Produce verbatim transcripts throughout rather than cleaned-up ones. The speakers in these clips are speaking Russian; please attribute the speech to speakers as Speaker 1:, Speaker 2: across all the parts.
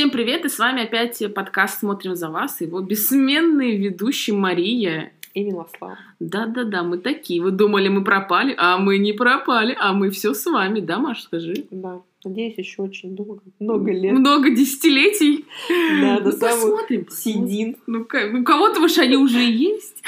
Speaker 1: Всем привет, и с вами опять подкаст «Смотрим за вас», его бессменные ведущие Мария
Speaker 2: и Милослава.
Speaker 1: Да-да-да, мы такие. Вы думали, мы пропали, а мы не пропали, а мы все с вами. Да, Маш, скажи?
Speaker 2: Да, надеюсь, еще очень долго, много лет.
Speaker 1: Много десятилетий.
Speaker 2: Да, до
Speaker 1: ну,
Speaker 2: самых
Speaker 1: посмотрим.
Speaker 2: седин.
Speaker 1: Ну, ну, у кого-то уж они уже есть.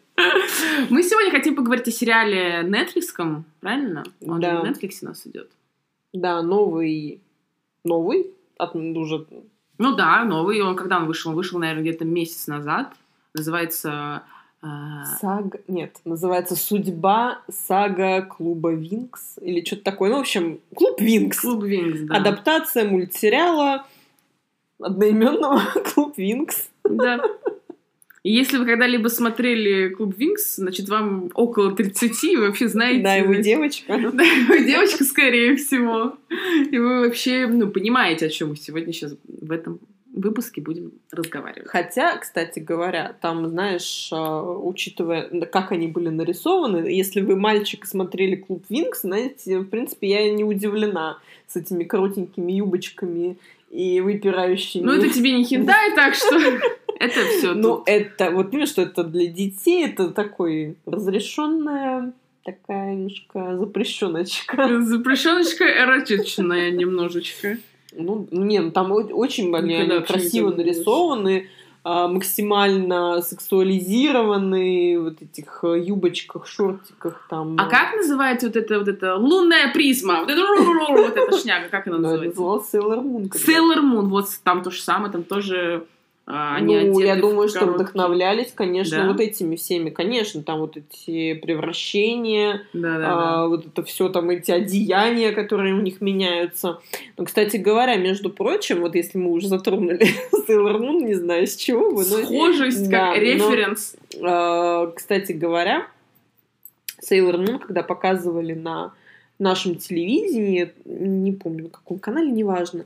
Speaker 1: Мы сегодня хотим поговорить о сериале Netflix, правильно? Он
Speaker 2: да.
Speaker 1: же на Netflix у нас идет.
Speaker 2: Да, новый... Новый? От, уже...
Speaker 1: Ну да, новый. Он когда он вышел? Он вышел, наверное, где-то месяц назад. Называется... Э...
Speaker 2: Сага... Нет, называется «Судьба. Сага клуба Винкс». Или что-то такое. Ну, в общем, клуб Винкс.
Speaker 1: Клуб Винкс, да.
Speaker 2: Адаптация мультсериала одноименного «Клуб Винкс».
Speaker 1: Да. И если вы когда-либо смотрели «Клуб Винкс», значит, вам около тридцати, вы вообще знаете...
Speaker 2: Да, и вы девочка.
Speaker 1: Да, и вы девочка, скорее всего. И вы вообще, ну, понимаете, о чем мы сегодня сейчас в этом выпуске будем разговаривать.
Speaker 2: Хотя, кстати говоря, там, знаешь, учитывая, как они были нарисованы, если вы, мальчик, смотрели «Клуб Винкс», знаете, в принципе, я не удивлена с этими коротенькими юбочками и выпирающими...
Speaker 1: Ну, это тебе не хентай, так что... Это все.
Speaker 2: Ну, это, вот понимаешь, что это для детей, это такой разрешенная, такая немножко запрещеночка.
Speaker 1: Запрещеночка эротичная немножечко.
Speaker 2: Ну, не, ну там очень они красиво нарисованы, максимально сексуализированы, вот этих юбочках, шортиках там.
Speaker 1: А как называется вот эта вот эта лунная призма? Вот эта вот эта шняга, как она называется?
Speaker 2: Называлась Sailor Moon.
Speaker 1: Sailor Moon, вот там то же самое, там тоже... Они
Speaker 2: ну, я думаю, что
Speaker 1: короткие.
Speaker 2: Вдохновлялись, конечно,
Speaker 1: да?
Speaker 2: вот этими всеми. Конечно, там вот эти превращения,
Speaker 1: да, да,
Speaker 2: а,
Speaker 1: да.
Speaker 2: вот это все там, эти одеяния, которые у них меняются. Но, кстати говоря, между прочим, вот если мы уже затронули Sailor Moon, не знаю, с чего бы. Но...
Speaker 1: Схожесть,
Speaker 2: да,
Speaker 1: как референс.
Speaker 2: Но, а, кстати говоря, Sailor Moon, когда показывали на нашем телевидении, не помню, на каком канале, неважно,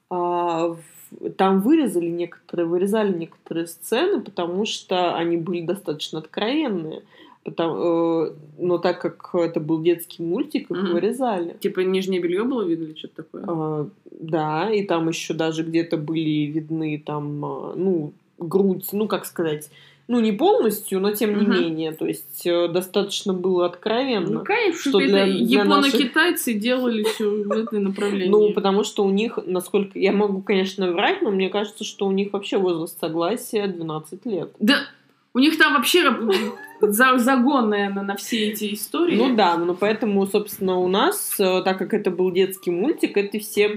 Speaker 2: а, там вырезали некоторые, вырезали некоторые сцены, потому что они были достаточно откровенные. Потому, э, но так как это был детский мультик, их mm-hmm. вырезали.
Speaker 1: Типа нижнее белье было видно или что-то такое?
Speaker 2: Э, да, и там еще даже где-то были видны там, ну, грудь, ну, как сказать, ну, не полностью, но тем не uh-huh. менее. То есть э, достаточно было откровенно.
Speaker 1: Ну, конечно,
Speaker 2: что для,
Speaker 1: для японо-китайцы
Speaker 2: наших...
Speaker 1: делали все в это направление.
Speaker 2: Ну, потому что у них, насколько... Я могу, конечно, врать, но мне кажется, что у них вообще возраст согласия двенадцать лет.
Speaker 1: Да, у них там вообще загон, наверное, на все эти истории.
Speaker 2: Ну да, ну поэтому, собственно, у нас, так как это был детский мультик, эти все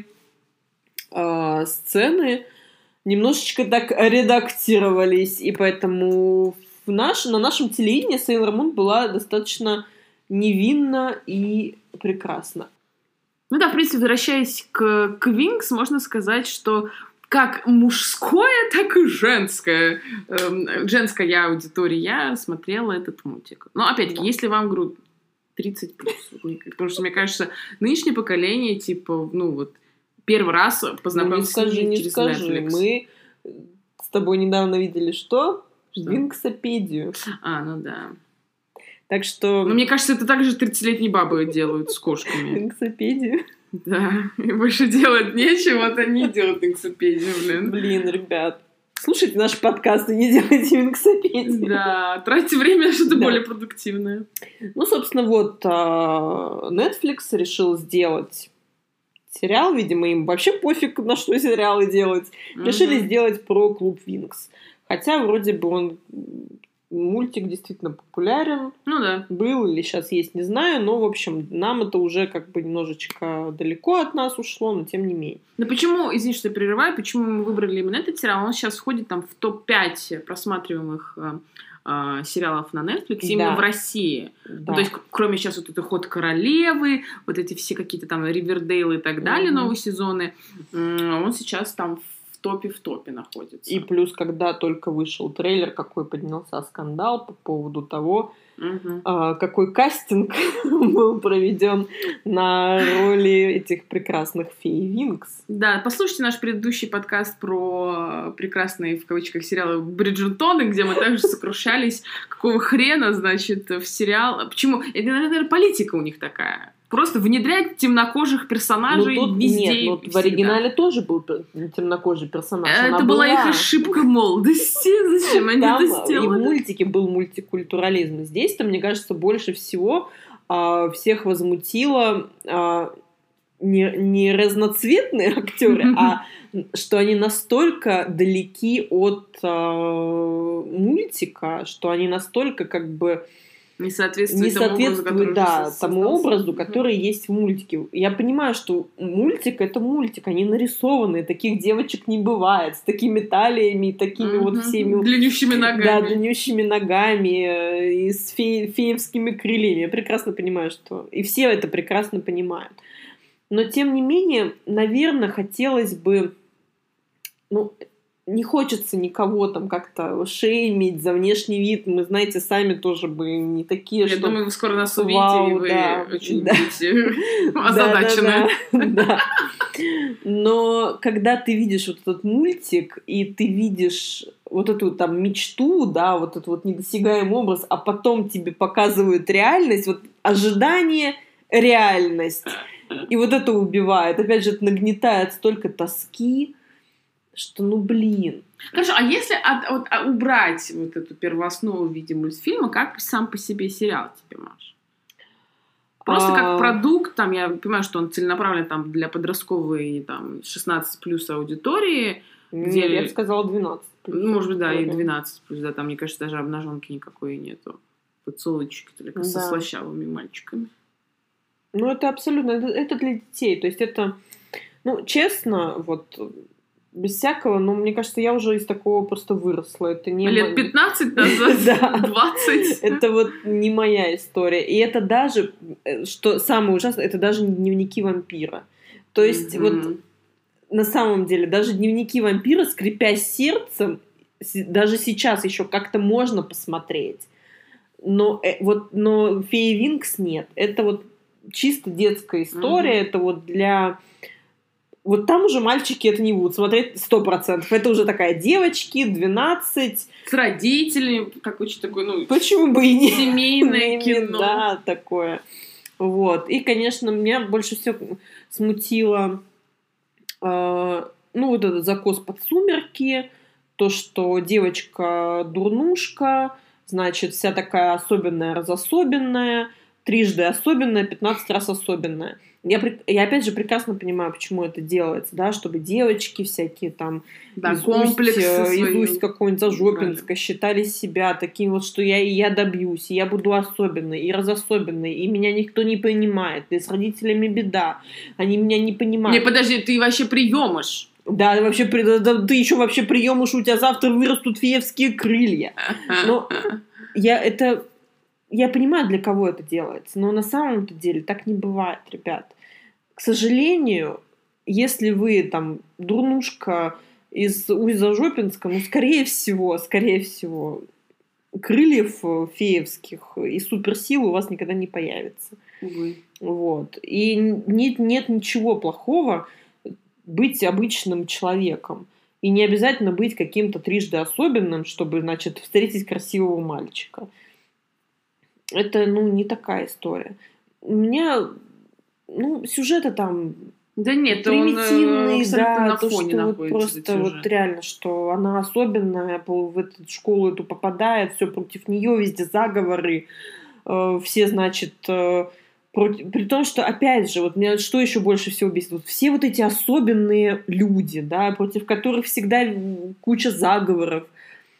Speaker 2: э, сцены... немножечко так редактировались, и поэтому в наш, на нашем телевидении Sailor Moon была достаточно невинна и прекрасна.
Speaker 1: Ну да, в принципе, возвращаясь к, к Винкс, можно сказать, что как мужское, так и женское, э, женская аудитория смотрела этот мультик. Но опять-таки, да. Если вам, говорю, тридцать плюс, потому что, мне кажется, нынешнее поколение, типа, ну вот, первый раз познакомился
Speaker 2: ну, не скажи,
Speaker 1: с ними
Speaker 2: не
Speaker 1: через
Speaker 2: скажи.
Speaker 1: Netflix.
Speaker 2: Мы с тобой недавно видели что? что? Винксопедию.
Speaker 1: А, ну да.
Speaker 2: Так что...
Speaker 1: Ну, мне кажется, это так же тридцатилетние бабы делают с кошками.
Speaker 2: Винксопедию.
Speaker 1: Да, и больше делать нечего, вот они делают винксопедию, блин.
Speaker 2: Блин, ребят. Слушайте наш подкаст и не делайте винксопедию.
Speaker 1: Да, тратьте время на что-то да. более продуктивное.
Speaker 2: Ну, собственно, вот Netflix решил сделать... сериал, видимо, им вообще пофиг, на что сериалы делать. Mm-hmm. Решили сделать про клуб Винкс. Хотя вроде бы он мультик действительно популярен.
Speaker 1: Ну да.
Speaker 2: Был или сейчас есть, не знаю. Но, в общем, нам это уже как бы немножечко далеко от нас ушло, но тем не менее.
Speaker 1: Ну почему, извини, что я прерываю, почему мы выбрали именно этот сериал? Он сейчас входит там в топ пять просматриваемых э, сериалов на Netflix именно да. в России.
Speaker 2: Да.
Speaker 1: Ну, то есть, кроме сейчас вот этой «Ход королевы», вот эти все какие-то там «Ривердейлы» и так далее, mm-hmm. новые сезоны, он сейчас там в топе в топе находится.
Speaker 2: И плюс, когда только вышел трейлер, какой поднялся скандал по поводу того,
Speaker 1: угу.
Speaker 2: а, какой кастинг был проведен на роли этих прекрасных фей Винкс.
Speaker 1: Да, послушайте наш предыдущий подкаст про прекрасные, в кавычках, сериалы Бриджертоны, где мы также сокрушались, какого хрена, значит, в сериал... Почему? Это, наверное, политика у них такая. Просто внедрять темнокожих персонажей
Speaker 2: ну, тут,
Speaker 1: везде.
Speaker 2: Нет, ну, в оригинале тоже был темнокожий персонаж.
Speaker 1: Это
Speaker 2: Она
Speaker 1: была
Speaker 2: была
Speaker 1: их ошибка молодости. Зачем они
Speaker 2: Там
Speaker 1: это сделали?
Speaker 2: И в мультике был мультикультурализм. Здесь-то, мне кажется, больше всего а, всех возмутило а, не, не разноцветные актеры, а что они настолько далеки от а, мультика, что они настолько как бы
Speaker 1: не соответствует,
Speaker 2: не соответствует
Speaker 1: тому образу,
Speaker 2: да, тому образу,
Speaker 1: mm-hmm.
Speaker 2: который есть в мультике. Я понимаю, что мультик — это мультик, они нарисованы, таких девочек не бывает, с такими талиями, такими mm-hmm. вот всеми...
Speaker 1: Длиннющими ногами.
Speaker 2: Да, длиннющими ногами и с фе- феевскими крыльями. Я прекрасно понимаю, что... И все это прекрасно понимают. Но, тем не менее, наверное, хотелось бы... Ну, не хочется никого там как-то шеймить за внешний вид. Мы, знаете, сами тоже бы не такие,
Speaker 1: Я
Speaker 2: что...
Speaker 1: думаю, вы скоро нас увидите,
Speaker 2: Вау,
Speaker 1: и вы
Speaker 2: да,
Speaker 1: очень
Speaker 2: да.
Speaker 1: будете озадачены.
Speaker 2: Да, да, да. Но когда ты видишь вот этот мультик, и ты видишь вот эту там мечту, да, вот этот вот недосягаемый образ, а потом тебе показывают реальность, вот ожидание, реальность. И вот это убивает. Опять же, это нагнетает столько тоски, что, ну, блин.
Speaker 1: Хорошо, а если от, от, от, убрать вот эту первооснову в виде мультфильма, как сам по себе сериал тебе, Маш? Просто а... как продукт, там, я понимаю, что он целенаправлен там, для подростковой там, шестнадцать плюс аудитории.
Speaker 2: Нет,
Speaker 1: где...
Speaker 2: я бы сказала двенадцать плюс.
Speaker 1: Может быть, да, и двенадцать плюс, да, там, мне кажется, даже обнаженки никакой нету. Поцелуйчики только да. со слащавыми мальчиками.
Speaker 2: Ну, это абсолютно, это, это для детей. То есть это, ну, честно, вот... Без всякого, но мне кажется, я уже из такого просто выросла. Это не
Speaker 1: лет пятнадцать назад, двадцать.
Speaker 2: Это вот не моя история. И это даже, что самое ужасное, это даже не дневники вампира. То есть вот на самом деле даже дневники вампира, скрипя сердцем, даже сейчас еще как-то можно посмотреть. Но вот, но Фея Винкс нет. Это вот чисто детская история. Это вот для... Вот там уже мальчики это не будут смотреть сто процентов. Это уже такая девочки, двенадцать.
Speaker 1: С родителями, как очень такой, ну...
Speaker 2: Почему бы и не?
Speaker 1: Семейное кино.
Speaker 2: Да, такое. Вот. И, конечно, меня больше всего смутило, э, ну, вот этот закос под сумерки, то, что девочка дурнушка, значит, вся такая особенная, разособенная, трижды особенная, пятнадцать раз особенная. Я, я опять же прекрасно понимаю, почему это делается, да, чтобы девочки всякие там
Speaker 1: да,
Speaker 2: из
Speaker 1: комплексы
Speaker 2: усть, из какого-нибудь Зажопинска считали себя таким вот, что я, я добьюсь, и я буду особенной, и разособенной, и меня никто не понимает, и с родителями беда, они меня не понимают.
Speaker 1: Не, подожди, ты вообще приемыш.
Speaker 2: Да, ты вообще да, ты еще вообще приемыш, у тебя завтра вырастут феевские крылья. Но я это... Я понимаю, для кого это делается, но на самом-то деле так не бывает, ребят. К сожалению, если вы там дурнушка из Усть-Зажопинска, ну, скорее всего, скорее всего, крыльев феевских и суперсил у вас никогда не появится.
Speaker 1: Увы.
Speaker 2: Вот. И нет, нет ничего плохого быть обычным человеком. И не обязательно быть каким-то трижды особенным, чтобы, значит, встретить красивого мальчика. Это, ну, не такая история. У меня, ну, сюжеты там
Speaker 1: да нет,
Speaker 2: примитивные,
Speaker 1: он,
Speaker 2: да,
Speaker 1: на
Speaker 2: то,
Speaker 1: фоне
Speaker 2: что вот просто вот реально, что она особенная, в эту школу эту попадает, все против нее, везде заговоры, э, все, значит, э, против... при том, что, опять же, вот меня что еще больше всего бесит, вот все вот эти особенные люди, да, против которых всегда куча заговоров,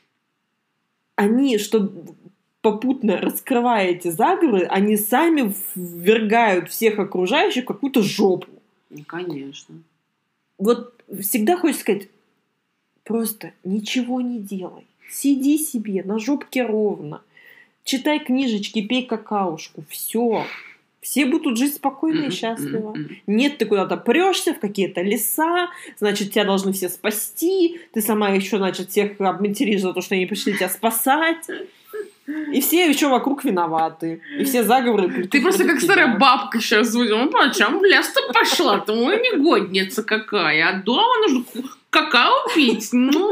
Speaker 2: они, что попутно раскрывая эти заговоры, они сами ввергают всех окружающих в какую-то жопу.
Speaker 1: Конечно.
Speaker 2: Вот всегда хочется сказать, просто ничего не делай. Сиди себе на жопке ровно. Читай книжечки, пей какаушку. Все. Все будут жить спокойно и счастливо. Нет, ты куда-то прешься в какие-то леса, значит, тебя должны все спасти. Ты сама еще, значит, всех обматеришь за то, что они пришли тебя спасать. И все еще вокруг виноваты. И все заговоры...
Speaker 1: Ты просто как тебя. Старая бабка сейчас звучит. Ну, почему в лес-то пошла? Ты ой, негодница какая. А дома нужно какао пить? Ну,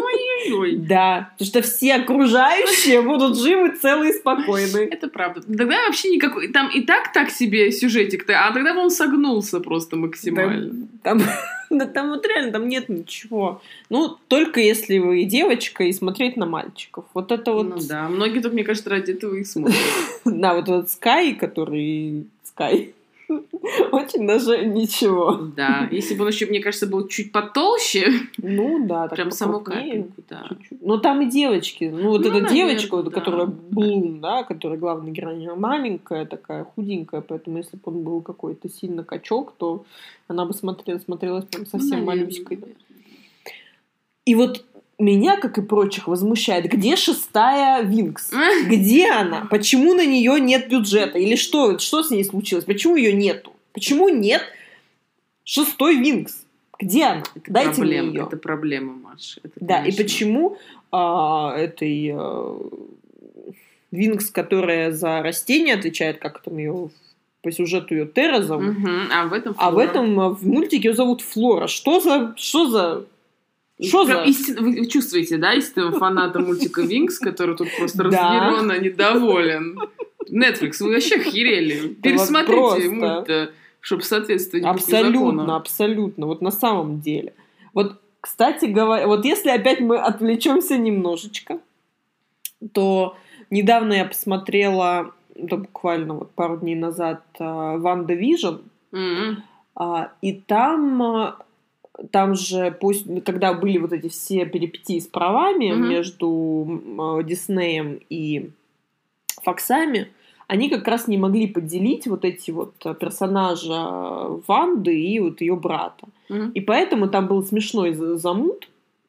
Speaker 1: семьей.
Speaker 2: Да, потому что все окружающие будут живы, целые и спокойные.
Speaker 1: Это правда. Тогда вообще никакой... Там и так так себе сюжетик-то, а тогда бы он согнулся просто максимально.
Speaker 2: Там, да, там вот реально там нет ничего. Ну, только если вы девочка и смотреть на мальчиков. Вот это вот...
Speaker 1: Ну да, многие тут, мне кажется, ради этого и смотрят.
Speaker 2: Да, вот этот Скай, который... Скай... Очень даже ничего.
Speaker 1: Да, если бы он еще, мне кажется, был чуть потолще.
Speaker 2: Ну да, так
Speaker 1: прям саму
Speaker 2: покрупнее,
Speaker 1: капельку, да.
Speaker 2: чуть-чуть. Ну там и девочки. Ну вот
Speaker 1: Ну,
Speaker 2: эта
Speaker 1: наверное,
Speaker 2: девочка, вот,
Speaker 1: да.
Speaker 2: которая Блум, да, которая главная героиня, маленькая такая, худенькая, поэтому если бы он был какой-то сильно качок, то она бы смотрела, смотрелась прям совсем
Speaker 1: Ну,
Speaker 2: малюськой.
Speaker 1: наверное.
Speaker 2: И вот меня, как и прочих, возмущает, где шестая Винкс? Где она? Почему на нее нет бюджета? Или что? Что с ней случилось? Почему ее нету? Почему нет шестой Винкс? Где она?
Speaker 1: Это
Speaker 2: Дайте
Speaker 1: проблема,
Speaker 2: мне ее.
Speaker 1: Это проблема, Маша. Это,
Speaker 2: Да,
Speaker 1: конечно.
Speaker 2: и почему а, этой а, Винкс, которая за растения отвечает, как там ее по сюжету ее Терра зовут,
Speaker 1: Мгм. А в этом
Speaker 2: а в
Speaker 1: Флора.
Speaker 2: этом а, в мультике ее зовут Флора. Что за... Что за... Что
Speaker 1: Прям
Speaker 2: за...
Speaker 1: истин- Вы чувствуете, да, истинного фаната мультика Винкс, который тут просто
Speaker 2: Да.
Speaker 1: разъяренно недоволен. Netflix, вы вообще охерели. Пересмотрите
Speaker 2: просто.
Speaker 1: мульт, чтобы соответствовать букве
Speaker 2: Абсолютно,
Speaker 1: закона.
Speaker 2: абсолютно. Вот на самом деле. Вот, кстати говоря, вот если опять мы отвлечемся немножечко, то недавно я посмотрела, да, буквально вот пару дней назад, Ванда Вижн,
Speaker 1: М.
Speaker 2: и там, а, там же, пусть, когда были вот эти все перипетии с правами
Speaker 1: Мгм.
Speaker 2: между м, Диснеем и Фоксами, они как раз не могли поделить вот эти вот персонажа Ванды и вот ее брата.
Speaker 1: Мгм.
Speaker 2: И поэтому там был смешной за- замут.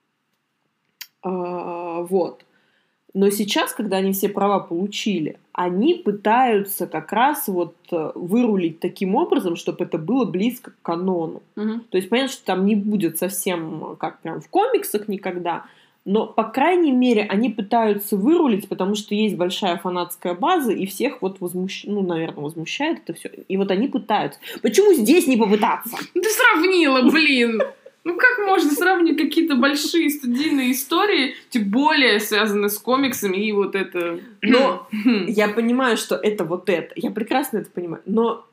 Speaker 2: А, вот. Но сейчас, когда они все права получили, они пытаются как раз вот э, вырулить таким образом, чтобы это было близко к канону.
Speaker 1: Мгм.
Speaker 2: То есть понятно, что там не будет совсем как прям в комиксах никогда, но, по крайней мере, они пытаются вырулить, потому что есть большая фанатская база, и всех вот возмущает, ну, наверное, возмущает это все. И вот они пытаются. Почему здесь не попытаться?
Speaker 1: Ну, ты сравнила, блин! Ну, как можно сравнить какие-то большие студийные истории, тем более связанные с комиксами, и вот это...
Speaker 2: Но я понимаю, что это вот это. Я прекрасно это понимаю. Но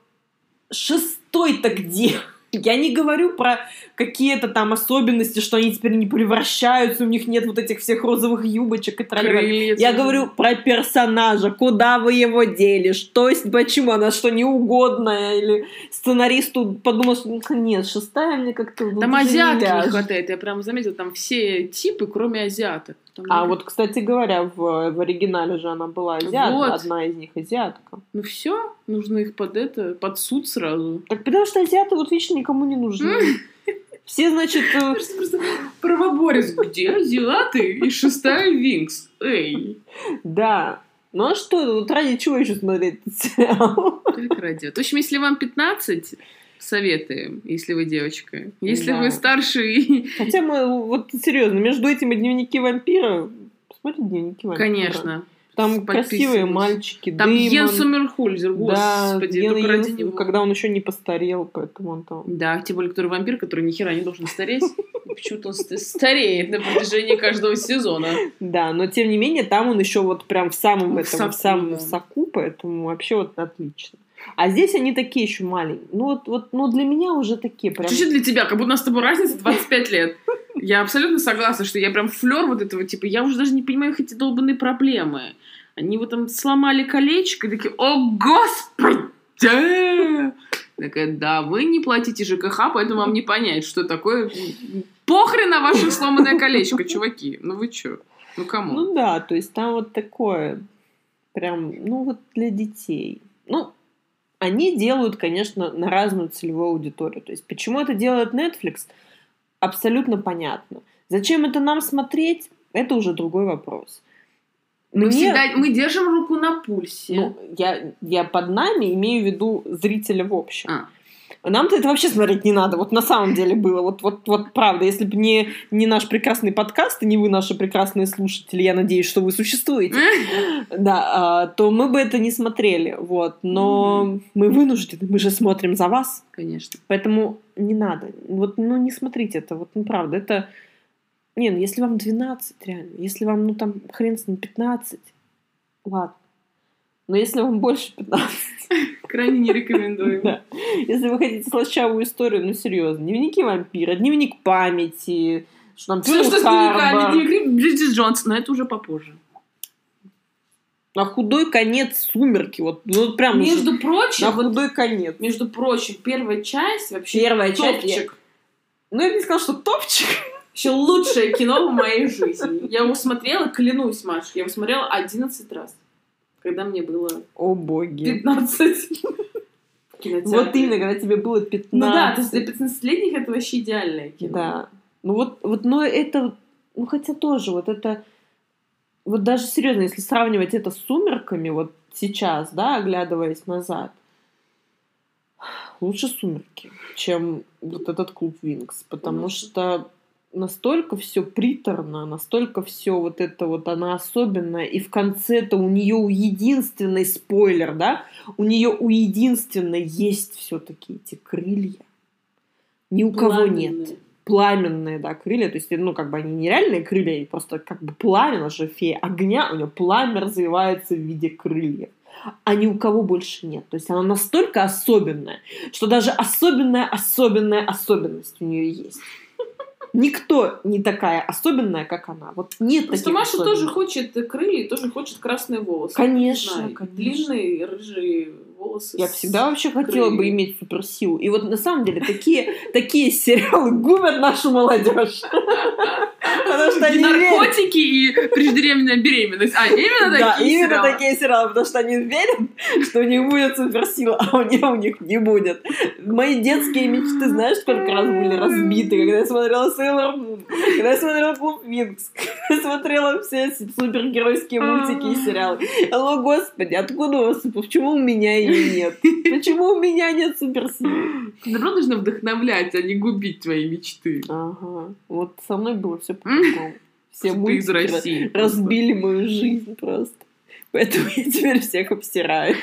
Speaker 2: шестой-то где? Я не говорю про какие-то там особенности, что они теперь не превращаются, у них нет вот этих всех розовых юбочек и тролливали.
Speaker 1: Крылья.
Speaker 2: Я говорю про персонажа, куда вы его дели, что, с- почему она что, неугодная, или сценаристу подумал, что «Ну, нет, шестая мне как-то... вот
Speaker 1: Там
Speaker 2: уже не
Speaker 1: азиатки не
Speaker 2: ляжет».
Speaker 1: хватает, я прям заметила, там все типы, кроме азиаток. Там
Speaker 2: А
Speaker 1: не-
Speaker 2: вот, кстати говоря, в, в оригинале же она была азиатка,
Speaker 1: Вот.
Speaker 2: одна из них азиатка.
Speaker 1: Ну все, нужно их под это, под суд сразу.
Speaker 2: Так потому что азиаты вот вечно никому не нужны. Все, значит... э,
Speaker 1: Просто, просто правоборец, где азиаты и шестая Винкс? Эй,
Speaker 2: Да. Ну а что, вот ради чего еще смотреть этот сериал?
Speaker 1: как радио. В общем, если вам пятнадцать, советуем, если вы девочка. Если
Speaker 2: Да.
Speaker 1: вы старше и...
Speaker 2: Хотя мы, вот серьезно, между этим и дневники вампира... Посмотри дневники вампира.
Speaker 1: Конечно.
Speaker 2: Там красивые
Speaker 1: Подписываюсь.
Speaker 2: мальчики,
Speaker 1: Там
Speaker 2: Дэймон.
Speaker 1: Йен Сомерхользер,
Speaker 2: Да,
Speaker 1: господи,
Speaker 2: Йен
Speaker 1: только ради
Speaker 2: Йен-
Speaker 1: него.
Speaker 2: когда он еще не постарел, поэтому он там...
Speaker 1: Да, тем более, который вампир, который ни хера не должен стареть. Почему-то он ст- стареет на протяжении каждого сезона.
Speaker 2: Да, но тем не менее, там он еще вот прям в самом
Speaker 1: В
Speaker 2: этом,
Speaker 1: соку,
Speaker 2: в самом
Speaker 1: да.
Speaker 2: соку, поэтому вообще вот отлично. А здесь они такие еще маленькие. Ну вот, вот, ну для меня уже такие прям...
Speaker 1: Чуть-чуть для тебя, как будто у нас с тобой разница двадцать пять лет. Я абсолютно согласна, что я прям флер вот этого типа. Я уже даже не понимаю их эти долбанные проблемы. Они вот там сломали колечко и такие, о, господи! Такая, да, вы не платите ЖКХ, поэтому вам не понять, что такое. Похрен на ваше сломанное колечко, чуваки. Ну вы чё? Ну кому?
Speaker 2: Ну да, то есть там вот такое прям, ну вот для детей. Ну, они делают, конечно, на разную целевую аудиторию. То есть почему это делает Netflix, абсолютно понятно. Зачем это нам смотреть, это уже другой вопрос.
Speaker 1: Мы,
Speaker 2: Мне-
Speaker 1: всегда, мы держим руку на пульсе.
Speaker 2: Ну, я, я под нами имею в виду зрителя в общем.
Speaker 1: А.
Speaker 2: Нам-то это вообще смотреть не надо. Вот на самом деле было. Вот, вот, вот правда. Если бы не, не наш прекрасный подкаст, и не вы, наши прекрасные слушатели, я надеюсь, что вы существуете, да, а, то мы бы это не смотрели. Вот. Но мы вынуждены. Мы же смотрим за вас.
Speaker 1: Конечно.
Speaker 2: Поэтому не надо. Вот, ну, не смотрите это. Вот, ну, правда, это... Не, ну если вам двенадцать, реально. Если вам, ну там, хрен с ним, пятнадцать. Ладно. Но если вам больше пятнадцати...
Speaker 1: Крайне не рекомендуем.
Speaker 2: Да. Если вы хотите слащавую историю, ну серьезно. Дневники вампира, дневник памяти, что там
Speaker 1: Что, что с дневниками? Дневник Бриджит Джонс, но это уже попозже.
Speaker 2: На худой конец «Сумерки». Вот, ну, вот прям
Speaker 1: Между
Speaker 2: уже,
Speaker 1: прочим,
Speaker 2: на
Speaker 1: вот,
Speaker 2: худой конец.
Speaker 1: между прочим, первая часть вообще
Speaker 2: Первая
Speaker 1: топчик.
Speaker 2: часть, я- Ну, я бы не сказала, что топчик.
Speaker 1: Еще лучшее кино в моей жизни. Я его смотрела, клянусь, Маш, я его смотрела одиннадцать раз, когда мне было
Speaker 2: О, боги.
Speaker 1: пятнадцать.
Speaker 2: Вот именно, когда тебе было пятнадцать.
Speaker 1: Ну да, то есть для пятнадцатилетних это вообще идеальное кино.
Speaker 2: Да. Ну вот, вот, но это, ну хотя тоже, вот это, вот даже серьезно, если сравнивать это с «Сумерками», вот сейчас, да, оглядываясь назад, лучше «Сумерки», чем вот этот «Клуб Винкс», потому
Speaker 1: Конечно.
Speaker 2: что настолько все приторно, настолько все вот это вот, она особенная, и в конце-то у нее у единственной, спойлер, да, у нее у единственной есть все-таки эти крылья. Ни у кого нет.
Speaker 1: Пламенные.
Speaker 2: Пламенные, да, крылья, то есть, ну, как бы они нереальные крылья, и просто как бы пламя, она же фея огня, у нее пламя развивается в виде крыльев, а ни у кого больше нет. То есть она настолько особенная, что даже особенная, особенная особенность у нее есть. Никто не такая особенная, как она. Вот нет
Speaker 1: Просто
Speaker 2: таких
Speaker 1: Маша
Speaker 2: особенных.
Speaker 1: тоже хочет крылья, тоже хочет красные волосы.
Speaker 2: Конечно,
Speaker 1: Не знаю,
Speaker 2: конечно.
Speaker 1: Длинные рыжие волосы.
Speaker 2: Я
Speaker 1: с
Speaker 2: всегда вообще хотела бы
Speaker 1: крыльями.
Speaker 2: иметь суперсилу. И вот на самом деле такие, такие сериалы губят нашу молодежь. Потому что
Speaker 1: И
Speaker 2: они верят.
Speaker 1: наркотики, и преждевременная беременность. А, именно
Speaker 2: Да,
Speaker 1: такие
Speaker 2: именно
Speaker 1: сериалы.
Speaker 2: такие сериалы, потому что они верят, что у них будет суперсила, а у них у них не будет. Мои детские мечты, знаешь, сколько раз были разбиты, когда я смотрела Sailor Moon, когда я смотрела Клуб Винкс, когда я смотрела все супергеройские мультики и сериалы. Алло, господи, откуда у вас, почему у меня ее нет? Почему у меня нет суперсилы?
Speaker 1: Народ нужно вдохновлять, а не губить твои мечты.
Speaker 2: Ага, вот со мной было все по-другому. Все
Speaker 1: Что ты из
Speaker 2: мультики
Speaker 1: России
Speaker 2: ra- разбили мою жизнь просто. Поэтому я теперь всех обсираю.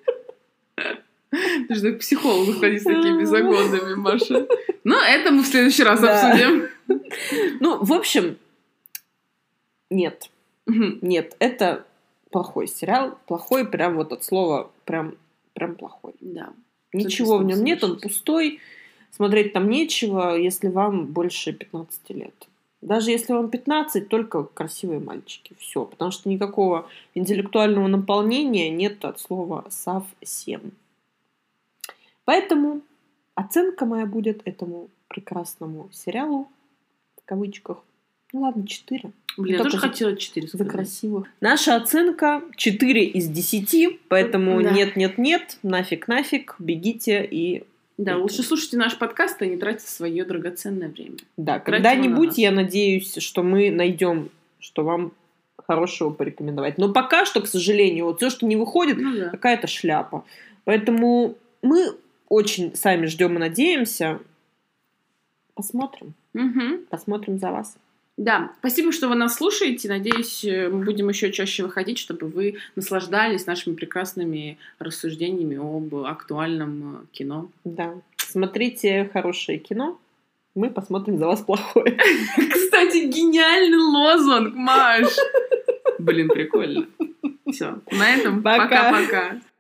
Speaker 1: Ты же к психологу ходить с такими загонами, Маша. Ну, это мы в следующий раз
Speaker 2: Да.
Speaker 1: обсудим.
Speaker 2: Ну, в общем, нет.
Speaker 1: Мгм.
Speaker 2: Нет, это плохой сериал. Плохой прям вот от слова прям, прям плохой.
Speaker 1: Да.
Speaker 2: Ничего в нем нет, он
Speaker 1: соглашусь.
Speaker 2: пустой. Смотреть там нечего, если вам больше пятнадцати лет. Даже если вам пятнадцать, только красивые мальчики. Все. Потому что никакого интеллектуального наполнения нет от слова совсем. Поэтому оценка моя будет этому прекрасному сериалу, в кавычках, ну ладно, четыре.
Speaker 1: Блин, я
Speaker 2: Только
Speaker 1: тоже
Speaker 2: за-
Speaker 1: хотела четыре
Speaker 2: За
Speaker 1: сказать.
Speaker 2: красивых. Наша оценка четыре из десяти, поэтому
Speaker 1: Да.
Speaker 2: нет-нет-нет, нафиг-нафиг, бегите и...
Speaker 1: Да,
Speaker 2: Это.
Speaker 1: лучше слушайте наш подкаст, а не тратьте свое драгоценное время.
Speaker 2: Да,
Speaker 1: Тратим на
Speaker 2: когда-нибудь
Speaker 1: нас.
Speaker 2: я надеюсь, что мы найдем, что вам хорошего порекомендовать. Но пока что, к сожалению, вот все, что не выходит,
Speaker 1: Ну да.
Speaker 2: какая-то шляпа. Поэтому мы очень сами ждем и надеемся. Посмотрим.
Speaker 1: Мгм.
Speaker 2: Посмотрим за вас.
Speaker 1: Да, спасибо, что вы нас слушаете. Надеюсь, э, мы будем еще чаще выходить, чтобы вы наслаждались нашими прекрасными рассуждениями об актуальном э, кино.
Speaker 2: Да. Смотрите хорошее кино. Мы посмотрим за вас плохое.
Speaker 1: Кстати, гениальный лозунг, Маш! Блин, прикольно. Все, на этом
Speaker 2: Пока.
Speaker 1: пока-пока.